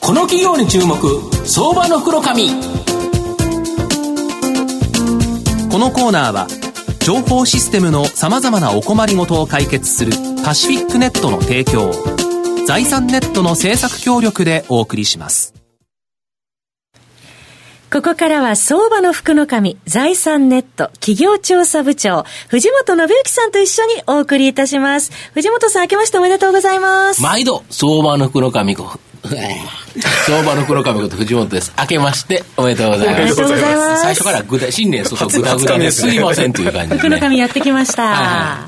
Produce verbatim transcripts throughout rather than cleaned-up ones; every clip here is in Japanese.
この企業に注目、相場の福の神。 このコーナーは情報システムのさまざまなお困りごとを解決するパシフィックネットの提供、財産ネットの制作協力でお送りします。 ここからは相場の福の神、財産ネット企業調査部長藤本信之さんと一緒にお送りいたします。藤本さん、明けましておめでとうございます。 毎度相場の福の神相場の福の神こと藤本です。明けましておめでとうございます。 おめでとうございます。 最初からぐだ新年早々ぐだぐだですいませんという感じですね。 福の神やってきました。 はい、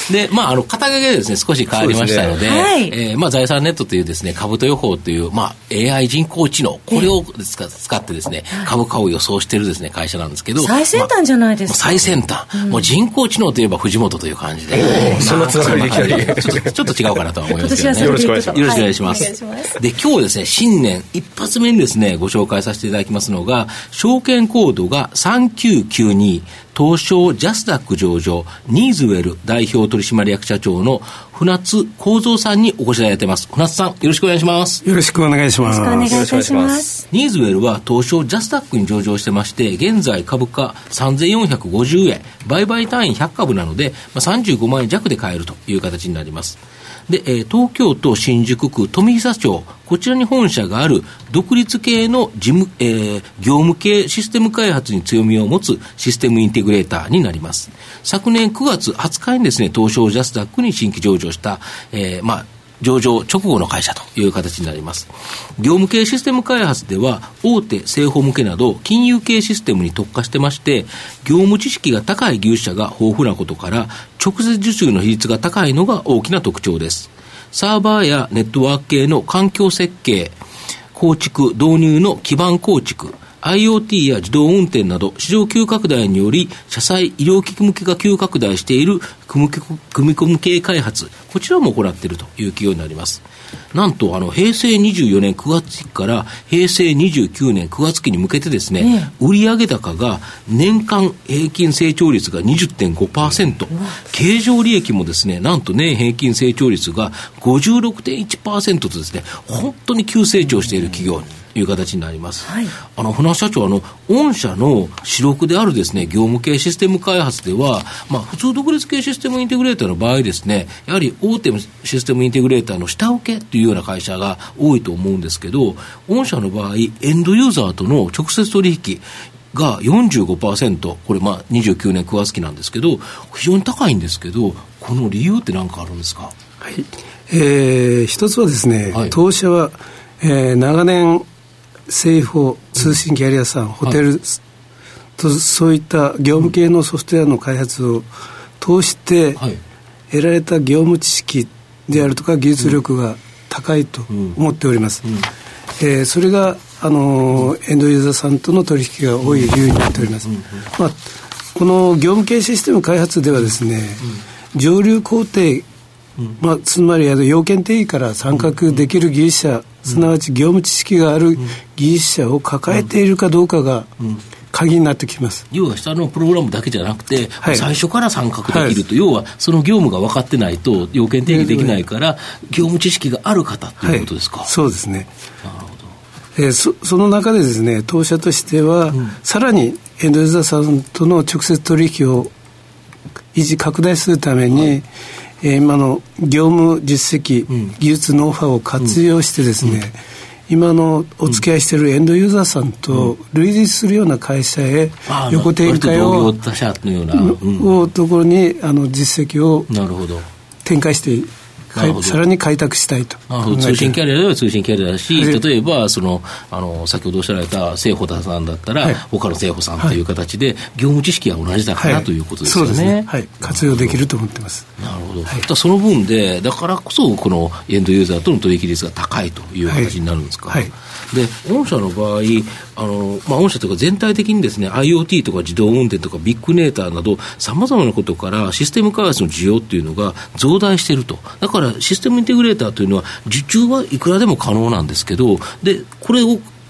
で、まあ、あの、肩書きがですね、少し変わりましたので、で、ね、はい、えー、まあ、財産ネットというですね、株と予報という、まあ、エーアイ 人工知能、これを使ってですね、株価を予想しているですね、会社なんですけど。 最先端じゃないですか。 まあ、最先端、うん。もう人工知能といえば藤本という感じで。 まあ、そんなつながりできたり。 ちょっと、ちょっと違うかなとは思いますけどね。 よろしくお願いします。 よろしくお願いします。はい、で、今日ですね、新年一発目にですね、ご紹介させていただきますのが、証券コードがさんきゅうきゅうに、東証ジャスダック上場ニーズウェル代表取締役社長の船津幸三さんにお越しいただいています。船津さん、よろしくお願いします。 よろしくお願いします。 よろしくお願いいたします。 ニーズウェルは東証ジャスダックに上場してまして、現在株価さんぜんよんひゃくごじゅうえん、売買単位ひゃくかぶなので、まあ、さんじゅうごまんえん弱で買えるという形になります。で、えー、東京都新宿区富久町、こちらに本社がある独立系の事務、えー、業務系システム開発に強みを持つシステムインテグレーターになります。昨年くがつはつかにですね、東証ジャスダックに新規上場した、えー、まあ、上場直後の会社という形になります。業務系システム開発では大手製法向けなど金融系システムに特化してまして、業務知識が高い技術者が豊富なことから直接受注の比率が高いのが大きな特徴です。サーバーやネットワーク系の環境設計、構築、導入の基盤構築、IoT や自動運転など市場急拡大により社債医療機器向けが急拡大している組み込み系開発、こちらも行っているという企業になります。なんとあの平成にじゅうよねんくがつ期から平成にじゅうきゅうねんくがつ期に向けてですね、ね、売上高が年間平均成長率が にじゅってんごパーセント、経常利益もですね、なんと年平均成長率が ごじゅうろくてんいちパーセント とですね、本当に急成長している企業にという形になります。はい、あの船社長、あの御社の主力であるですね、業務系システム開発では、まあ、普通独立系システムインテグレーターの場合ですね、やはり大手システムインテグレーターの下請けというような会社が多いと思うんですけど、御社の場合エンドユーザーとの直接取引が よんじゅうごパーセント、これまあにじゅうきゅうねんくがつ期なんですけど、非常に高いんですけど、この理由って何かあるんですか？ はい、えー、一つはですね、はい、当社は、えー、長年製法、通信キャリアさん、うん、ホテル、はい、とそういった業務系のソフトウェアの開発を通して得られた業務知識であるとか技術力が高いと思っております。うんうん、えー、それが、あのー、エンドユーザーさんとの取引が多い理由になっております。まあ、この業務系システム開発ではですね、上流工程、まあ、つまり要件定義から参画できる技術者、すなわち業務知識がある技術者を抱えているかどうかが鍵になってきます。 要は下のプログラムだけじゃなくて、はい、最初から参画できると、はい、要はその業務が分かってないと要件定義できないから、業務知識がある方ということですか？ はい、そうですね。なるほど。えー、そ, その中でですね、当社としては、うん、さらにエンドユーザーさんとの直接取引を維持拡大するために、はい、えー、今の業務実績、うん、技術ノウハウを活用してですね、うんうん、今のお付き合いしているエンドユーザーさんと類似するような会社へ横展開を、 同業他社のような、 うん、ところにあの実績を展開してさらに開拓したいと。 通信キャリアでは通信キャリアだし、例えばそのあの先ほどおっしゃられた製法さんだったら、はい、他の製法さんという形で業務知識が同じだから、はい、ということですよね。 そうですね、はい、活用できると思ってます。 なるほど、はい、だその分でだからこそこのエンドユーザーとの取引率が高いという形になるんですか？はいはい、で御社の場合あの、まあ、御社というか全体的にですね IoT とか自動運転とかビッグネーターなどさまざまなことからシステム開発の需要っていうのが増大していると。だからシステムインテグレーターというのは受注はいくらでも可能なんですけど、でこれを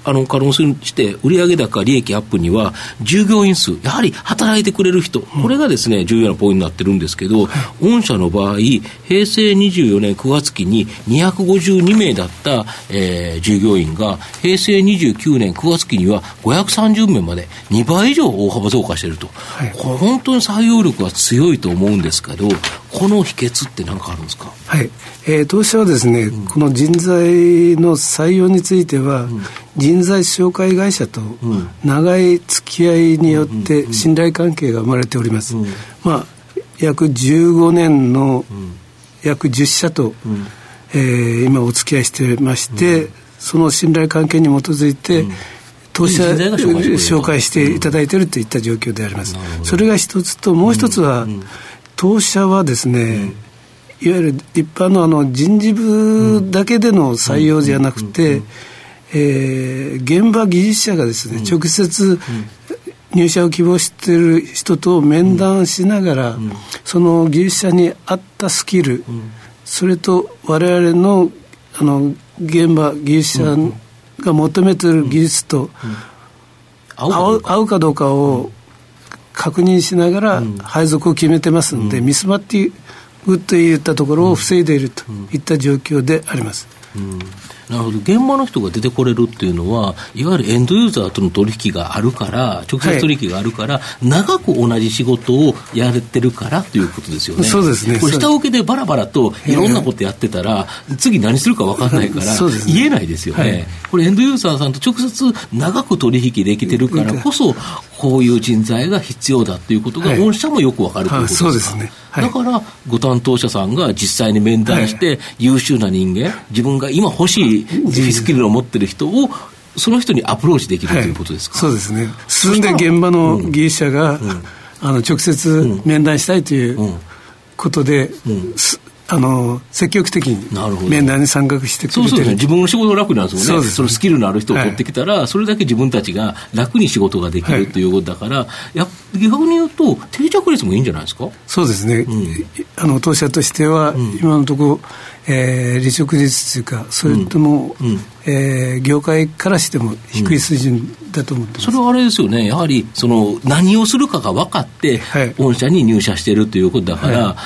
あの可能して売上高利益アップには従業員数、やはり働いてくれる人、これがですね重要なポイントになってるんですけど、御社の場合平成にじゅうよねんくがつ期ににひゃくごじゅうにめいだった、えー、従業員が平成にじゅうきゅうねんくがつ期にはごひゃくさんじゅうめいまでにばい以上大幅増加していると、はい、これ本当に採用力が強いと思うんですけど、この秘訣って何かあるんですか？ はい、えー、当社はですね、うん、この人材の採用については、うん、人材紹介会社と長い付き合いによって信頼関係が生まれております、うん、まあ、約じゅうごねんの約じゅっしゃと、うん、えー、今お付き合いしてまして、うん、その信頼関係に基づいて、うん、当社紹介していただいているといった状況であります、うん、それが一つと、もう一つは、うん、当社はですね、うん、いわゆる一般のあの人事部だけでの採用じゃなくて、えー、現場技術者がですね、直接入社を希望している人と面談しながら、うん、その技術者に合ったスキル、うん、それと我々の、あの現場技術者が求めている技術と、うん、合う、合うかどうかを確認しながら配属を決めてますので、うん、ミスマッチングといったところを防いでいるといった状況であります、 うんうん、なるほど。現場の人が出てこれるっていうのは、いわゆるエンドユーザーとの取引があるから、直接取引があるから、はい、長く同じ仕事をやれてるからということですよね。 そうですね。 これ下請けでバラバラといろんなことやってたら、次何するか分かんないから、言えないですよね、はい、これエンドユーザーさんと直接長く取引できてるからこそ、こういう人材が必要だということが、御社もよく分かるということですか。 はい、そうですね。はい、 だからご担当者さんが実際に面談して、はい、優秀な人間、自分が今欲しいスキルを持っている人をその人にアプローチできるということですか。 はい、そうですね。進んで現場の技術者が、うんうん、あの直接面談したいということで、うんうん、あの積極的に面談に参画してくれてる。 そうそうですね。自分の仕事楽なんですもんね。 そうですね。 そのスキルのある人を取ってきたら、はい、それだけ自分たちが楽に仕事ができるということだから、はい、や逆に言うと定着率もいいんじゃないですか。 そうですね、うん、あの当社としては、うん、今のところ、えー、離職率というか、それとも、うんうん、えー、業界からしても低い水準だと思ってます、 うん、それはあれですよね。やはりその何をするかが分かって、はい、御社に入社しているということだから、はい、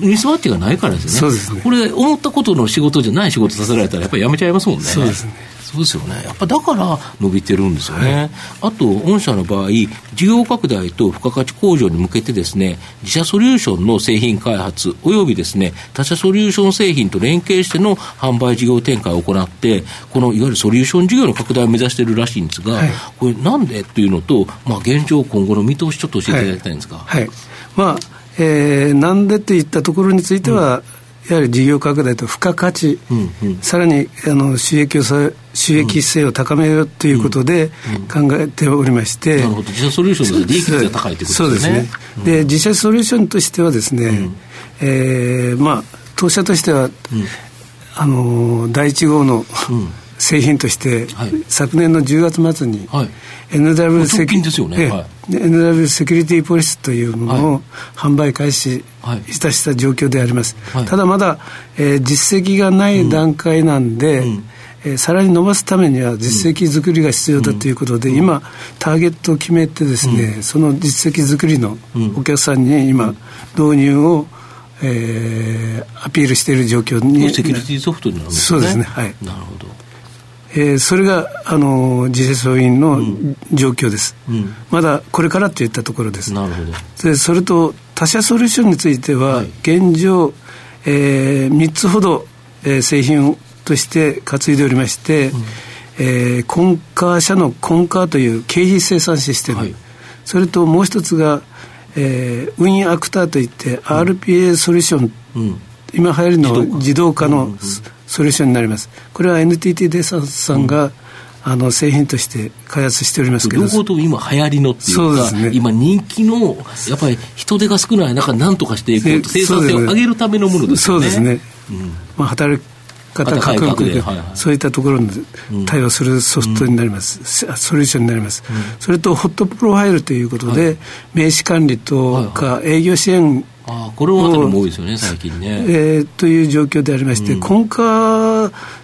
ミスマッチがないからですよね。 そうですね。 これ思ったことの仕事じゃない仕事させられたらやっぱりやめちゃいますもんね。 そうですね。 そうですよね。やっぱだから伸びてるんですよね。はい、あと御社の場合、事業拡大と付加価値向上に向けてですね、自社ソリューションの製品開発およびですね他社ソリューション製品と連携しての販売事業展開を行って、このいわゆるソリューション事業の拡大を目指しているらしいんですが、はい、これなんでというのと、まあ、現状今後の見通しちょっと教えていただきたいんですか。 はい、はい、まあえー、なんでといったところについては、うん、やはり事業拡大と付加価値、うんうん、さらにあの収益をさ収益性を高めようということで考えておりまして、 うんうん、なるほど。自社ソリューションで利益率が高いということですね。 そうですね、うん、で自社ソリューションとしてはですね、うん、えー、まあ当社としては、うん、あのだいいち号の、うん、製品として、はい、昨年のじゅうがつまつに、はい、エヌダブリュー セキュリティ、ね、はい、エヌダブリュー セキュリティポリスというものを販売開始いたした状況であります、はい、ただまだ、えー、実績がない段階なんで、うんうん、えー、さらに伸ばすためには実績作りが必要だということで、うん、今ターゲットを決めてですね、うん、その実績作りのお客さんに今導入を、えー、アピールしている状況に。 セキュリティソフトになるんですね。 そうですね、はい、 なるほど。 えー、それがあの自社ソインの状況です、うんうん、まだこれからといったところです。 なるほど。 でそれと他社ソリューションについては、はい、現状、えー、みっつほど、えー、製品として担いでおりまして、うん、えー、コンカー社のコンカーという経費生産システム、はい、それともう一つが、えー、ウィンアクターといって アールピーエー ソリューション、うん、今流行りの自動化の、うんうん、ソリューションになります。これは エヌティーティー データさんが、うん、あの製品として開発しておりますけど、 両方とも今流行りのっていうか、そうですね、今人気のやっぱり人手が少ない中何とかしていこうと、生産性を上げるためのものですよね。 そうですね、うん、まあ、働き方価格で、はいはい、そういったところに対応するソフトになります、うん、ソリューションになります、うん、それとホットプロファイルということで、はい、名刺管理とか営業支援、 ああ、これはあたりも多いですよね最近ね、 えー、という状況でありまして、うん、コンカ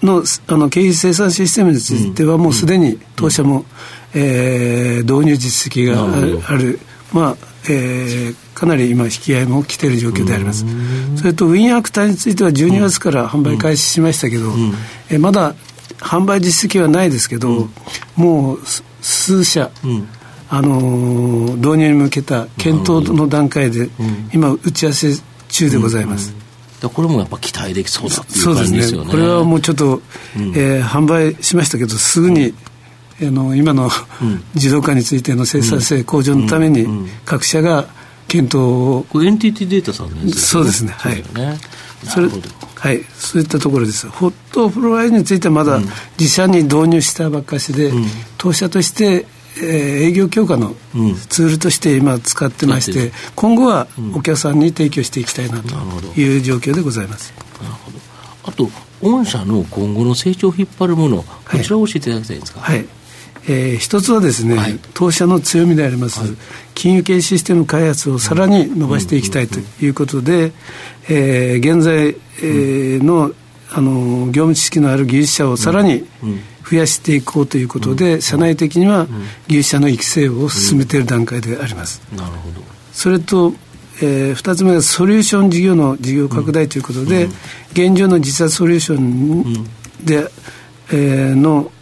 の、あの経費生産システムについてはもうすでに当社も、うんえー、導入実績がある、あるまあえー、かなり今引き合いも来ている状況であります。それとウィンアクターについてはじゅうにがつから販売開始しましたけど、うん、えー、まだ販売実績はないですけど、うん、もう数社、うん、あのー、導入に向けた検討の段階で、うん、今打ち合わせ中でございます。 うん、これもやっぱ期待できそうだっていう感じですよね。 そうですね。これはもうちょっと、うん、えー、販売しましたけどすぐに、うんあの今の、うん、自動化についての生産性向上のために各社が検討を、 これ エヌティーティー データさんのやつですね。 そうですね、はい、それ、はい、そういったところです。ホットフロアについてはまだ自社に導入したばっかしで、うん、当社として、えー、営業強化のツールとして今使ってまして、うん、今後はお客さんに提供していきたいなという状況でございます。 なるほど。あと御社の今後の成長を引っ張るもの、こちらを教えていただきたいんですか。 はい、はい、えー、一つはですね、はい、当社の強みであります、はい、金融系システム開発をさらに伸ばしていきたいということで、えー、現在、えー、の、あの業務知識のある技術者をさらに増やしていこうということで、社内的には技術者の育成を進めている段階であります。 なるほど。 それと、えー、ふたつめはソリューション事業の事業拡大ということで、現状の自社ソリューションで、えー、の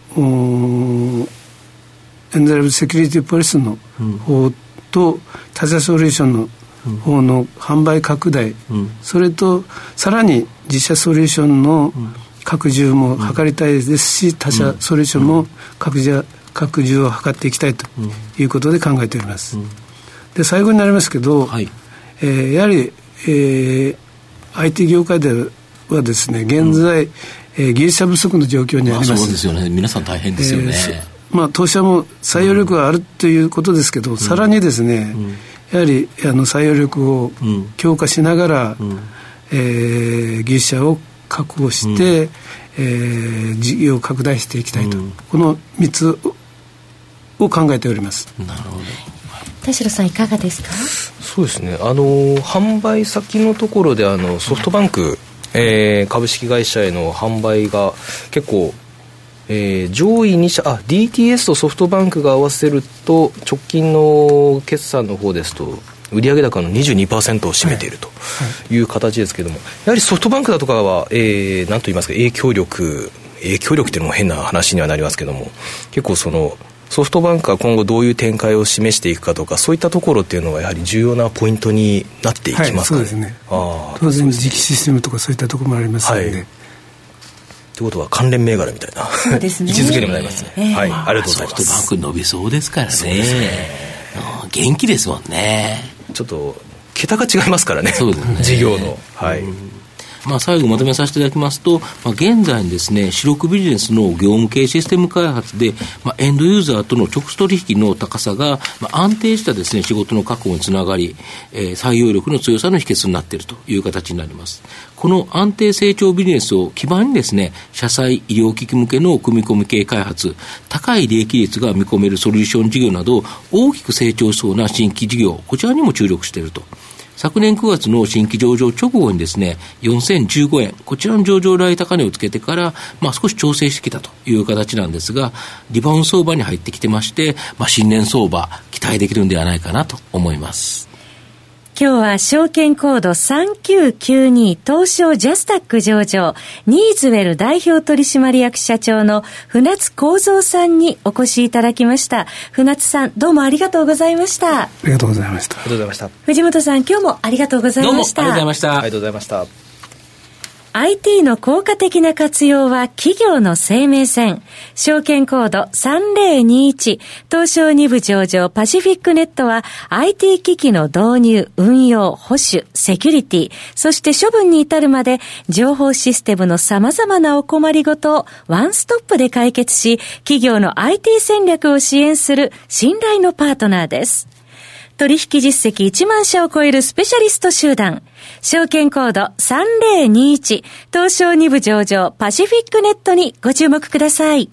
エンザイムセキュリティポリスの方と、うん、他社ソリューションの方の販売拡大、うん、それとさらに自社ソリューションの拡充も図りたいですし、うん、他社ソリューションも拡充、拡充を図っていきたいということで考えております。うん、で最後になりますけど、はい、えー、やはり、えー、アイティー 業界ではですね、現在、うんえー、技術者不足の状況にあります。まあ、そうですよね。皆さん大変ですよね。 えーまあ、当社も採用力があるということですけど、うん、さらにですね、うん、やはりあの採用力を強化しながら、うんえー、技術者を確保して、うんえー、事業を拡大していきたいと、うん、このみっつを考えております。 なるほど。 田代さんいかがですか。 そうですね、あの販売先のところであのソフトバンク、えー、株式会社への販売が結構、えー、上位に社あ ディーティーエス とソフトバンクが合わせると直近の決算の方ですと売上高の にじゅうにパーセント を占めているという形ですけども、やはりソフトバンクだとかは、えー、何と言いますか影響力影響力っていうのも変な話にはなりますけども、結構そのソフトバンクが今後どういう展開を示していくかとか、そういったところっていうのがやはり重要なポイントになっていきますかね。 はい、そうですね。あ当然次期システムとかそういったところもありますので、はい、 ということは関連銘柄みたいなそうですね位置づけにもなりますね。えー、はい、ありがとうございます。 ソフトバンク伸びそうですからね。そうですね、元気ですもんね。 ちょっと桁が違いますからね。そうですね。事業の、はい。うんまあ、最後まとめさせていただきますと、まあ、現在ですね、主力ビジネスの業務系システム開発で、まあ、エンドユーザーとの直取引の高さが、まあ、安定したですね、仕事の確保につながり、えー、採用力の強さの秘訣になっているという形になります。この安定成長ビジネスを基盤にですね、社債医療機器向けの組み込み系開発、高い利益率が見込めるソリューション事業など、大きく成長しそうな新規事業、こちらにも注力していると。昨年くがつの新規上場直後にですね、よんせんじゅうごえん、こちらの上場来高値をつけてから、まあ少し調整してきたという形なんですが、リバウンド相場に入ってきてまして、まあ新年相場、期待できるんではないかなと思います。 今日は証券コードさんきゅうきゅうに東証ジャスタック上場ニーズウェル代表取締役社長の船津幸三さんにお越しいただきました。船津さん、どうもありがとうございました。 ありがとうございました。 ありがとうございました。 藤本さん、今日もありがとうございました。 どうもありがとうございました。 ありがとうございました。 アイティー の効果的な活用は企業の生命線。証券コードさんぜろにいち東証に部上場パシフィックネットは アイティー 機器の導入、運用、保守、セキュリティ、そして処分に至るまで情報システムの様々なお困りごとをワンストップで解決し、企業の アイティー 戦略を支援する信頼のパートナーです。取引実績いちまんしゃを超えるスペシャリスト集団。証券コードさんぜろにいち東証に部上場パシフィックネットにご注目ください。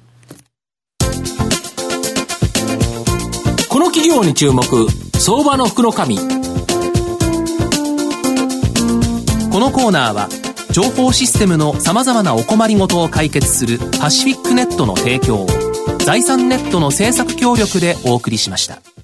この企業に注目、相場の福の神。 このコーナーは情報システムのさまざまなお困りごとを解決するパシフィックネットの提供を財産ネットの制作協力でお送りしました。